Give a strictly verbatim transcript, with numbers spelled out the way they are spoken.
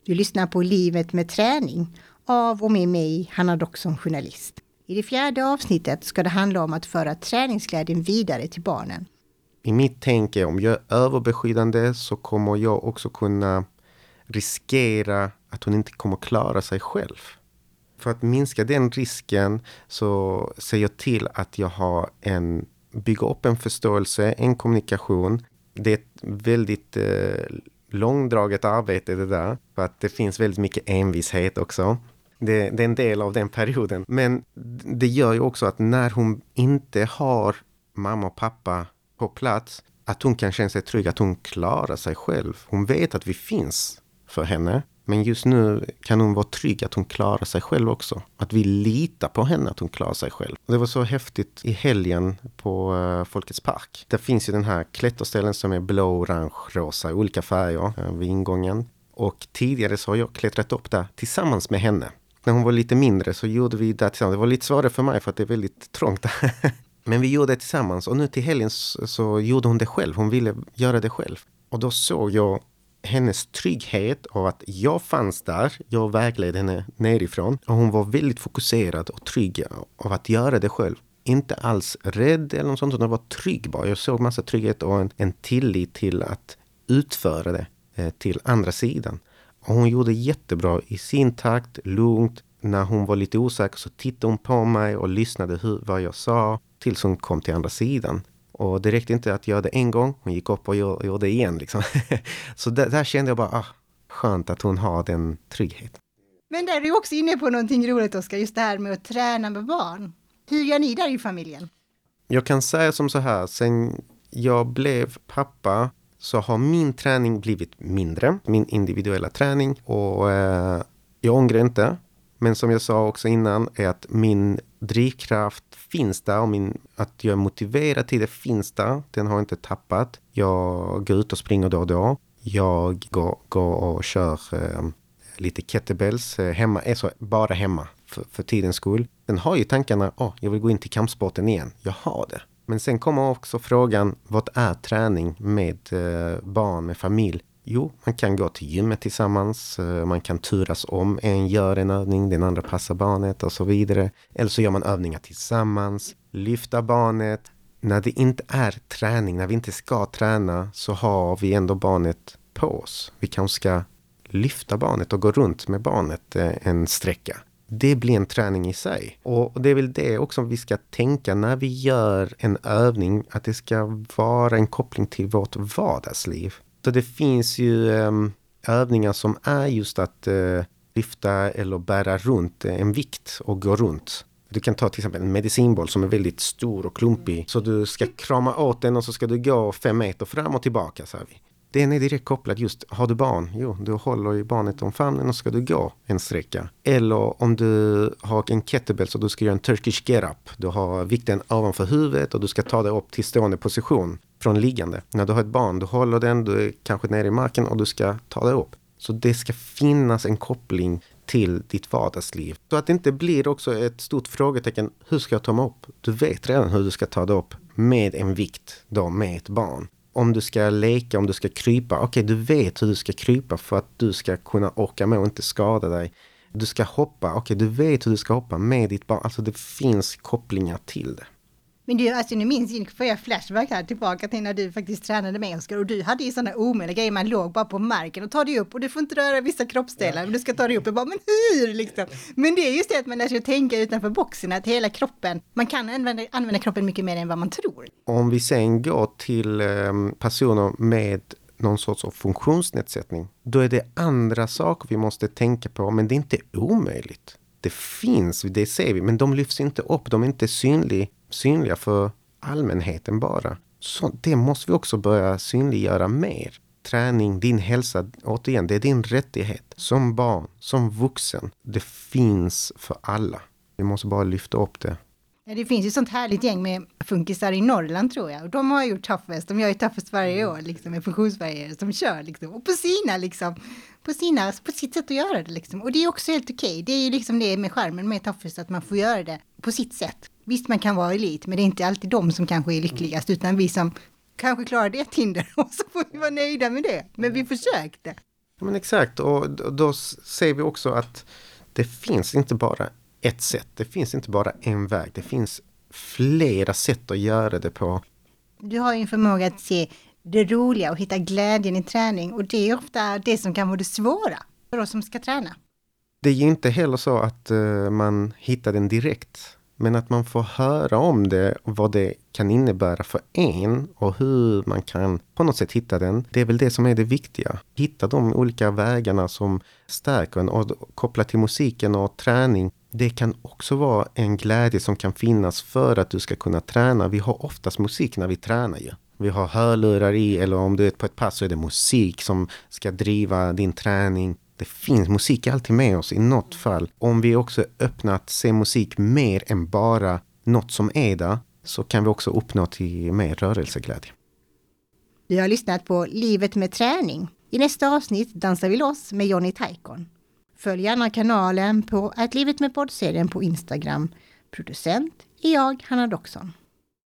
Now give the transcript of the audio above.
Du lyssnar på Livet med träning av och med mig, Hanna Doxon, journalist. I det fjärde avsnittet ska det handla om att föra träningsglädjen vidare till barnen. I mitt tänk är om jag är överbeskyddande så kommer jag också kunna riskera att hon inte kommer klara sig själv. För att minska den risken så ser jag till att jag har en, bygger upp en förståelse, en kommunikation. Det är ett väldigt eh, långdraget arbete det där. För att det finns väldigt mycket envishet också. Det, det är en del av den perioden. Men det gör ju också att när hon inte har mamma och pappa på plats, att hon kan känna sig trygg, att hon klarar sig själv. Hon vet att vi finns för henne. Men just nu kan hon vara trygg att hon klarar sig själv också. Att vi litar på henne att hon klarar sig själv. Det var så häftigt i helgen på uh, Folkets park. Där finns ju den här klätterställen som är blå, orange, rosa, olika färger uh, vid ingången. Och tidigare så har jag klättrat upp där tillsammans med henne. När hon var lite mindre så gjorde vi det tillsammans. Det var lite svårare för mig för att det är väldigt trångt. Men vi gjorde det tillsammans. Och nu till helgen så, så gjorde hon det själv. Hon ville göra det själv. Och då såg jag hennes trygghet av att jag fanns där. Jag vägledde henne nerifrån. Och hon var väldigt fokuserad och trygg av att göra det själv. Inte alls rädd eller något sånt. Hon var trygg bara. Jag såg massa trygghet och en, en tillit till att utföra det eh, till andra sidan. Och hon gjorde jättebra i sin takt, lugnt. När hon var lite osäker så tittade hon på mig och lyssnade hur, vad jag sa. Tills hon kom till andra sidan. Och det räckte inte att göra det en gång. Hon gick upp och gjorde det igen. Liksom. Så där, där kände jag bara, ah, skönt att hon har den tryggheten. Men där är du också inne på någonting roligt, Oskar. Just det här med att träna med barn. Hur gör ni där i familjen? Jag kan säga som så här. Sen jag blev pappa så har min träning blivit mindre. Min individuella träning. Och eh, jag ångrar inte. Men som jag sa också innan är att min drivkraft finns där och min, att jag är motiverad till det finns där. Den har jag inte tappat. Jag går ut och springer då och då. Jag går, går och kör eh, lite kettlebells eh, hemma. Är så bara hemma för, för tidens skull. Den har ju tankarna, åh, oh, jag vill gå in till kampsporten igen. Jag har det. Men sen kommer också frågan, vad är träning med eh, barn, med familj? Jo, man kan gå till gymmet tillsammans, man kan turas om, en gör en övning, den andra passar barnet och så vidare. Eller så gör man övningar tillsammans, lyfta barnet. När det inte är träning, när vi inte ska träna så har vi ändå barnet på oss. Vi kanske ska lyfta barnet och gå runt med barnet en sträcka. Det blir en träning i sig. Och det är väl det också vi ska tänka när vi gör en övning, att det ska vara en koppling till vårt vardagsliv. Så det finns ju um, övningar som är just att uh, lyfta eller bära runt en vikt och gå runt. Du kan ta till exempel en medicinboll som är väldigt stor och klumpig. Så du ska krama åt den och så ska du gå fem meter fram och tillbaka, så vi. Den är direkt kopplad just, har du barn? Jo, du håller ju barnet om famnen och ska du gå en sträcka. Eller om du har en kettlebell så du ska göra en Turkish get-up. Du har vikten ovanför huvudet och du ska ta dig upp till stående position från liggande. När du har ett barn, du håller den, du är kanske nere i marken och du ska ta dig upp. Så det ska finnas en koppling till ditt vardagsliv. Så att det inte blir också ett stort frågetecken, hur ska jag ta mig upp? Du vet redan hur du ska ta dig upp med en vikt då, med ett barn. Om du ska leka, om du ska krypa, okej, okay, du vet hur du ska krypa för att du ska kunna orka med och inte skada dig. Du ska hoppa, okej, okay, du vet hur du ska hoppa med ditt barn. Alltså det finns kopplingar till det. Men du, alltså nu minns jag, får jag flashback här tillbaka till när du faktiskt tränade med Oskar och du hade ju sådana omöjliga grejer, man låg bara på marken och tar dig upp och du får inte röra vissa kroppsdelar, men du ska ta dig upp och bara, men hur liksom? Men det är just det att man lär sig att tänka utanför boxen, att hela kroppen, man kan använda, använda kroppen mycket mer än vad man tror. Om vi sen går till eh, personer med någon sorts av funktionsnedsättning, då är det andra saker vi måste tänka på, men det är inte omöjligt. Det finns, det ser vi, men de lyfts inte upp, de är inte synliga, synliga för allmänheten bara. Så det måste vi också börja synliggöra mer. Träning, din hälsa, återigen, det är din rättighet. Som barn, som vuxen, det finns för alla. Vi måste bara lyfta upp det. Ja, det finns ju sånt härligt gäng med funkisar i Norrland tror jag. Och de har gjort Toughest. De gör ju Toughest varje år liksom, med funktionsvarierare som kör liksom. Och på sina liksom, på sina, på sitt sätt att göra det liksom. Och det är också helt okej. Det är ju liksom det med skärmen med Toughest, att man får göra det på sitt sätt. Visst, man kan vara elit, men det är inte alltid de som kanske är lyckligast, utan vi som kanske klarar det ett hinder och så får vi vara nöjda med det. Men vi försökte. Men exakt, och då ser vi också att det finns inte bara ett sätt. Det finns inte bara en väg. Det finns flera sätt att göra det på. Du har ju en förmåga att se det roliga och hitta glädjen i träning. Och det är ofta det som kan vara det svåra för oss som ska träna. Det är ju inte heller så att uh, man hittar den direkt. Men att man får höra om det och vad det kan innebära för en och hur man kan på något sätt hitta den. Det är väl det som är det viktiga. Hitta de olika vägarna som stärker en och koppla till musiken och träning. Det kan också vara en glädje som kan finnas för att du ska kunna träna. Vi har oftast musik när vi tränar ju. Vi har hörlurar i, eller om du är på ett pass så är det musik som ska driva din träning. Det finns musik alltid med oss i något fall. Om vi också öppnar att se musik mer än bara något som är där, så kan vi också uppnå till mer rörelseglädje. Du har lyssnat på Livet med träning. I nästa avsnitt dansar vi loss med Johnny Taikon. Följ gärna kanalen på att Livet med poddserien på Instagram. Producent är jag, Hanna Doxon.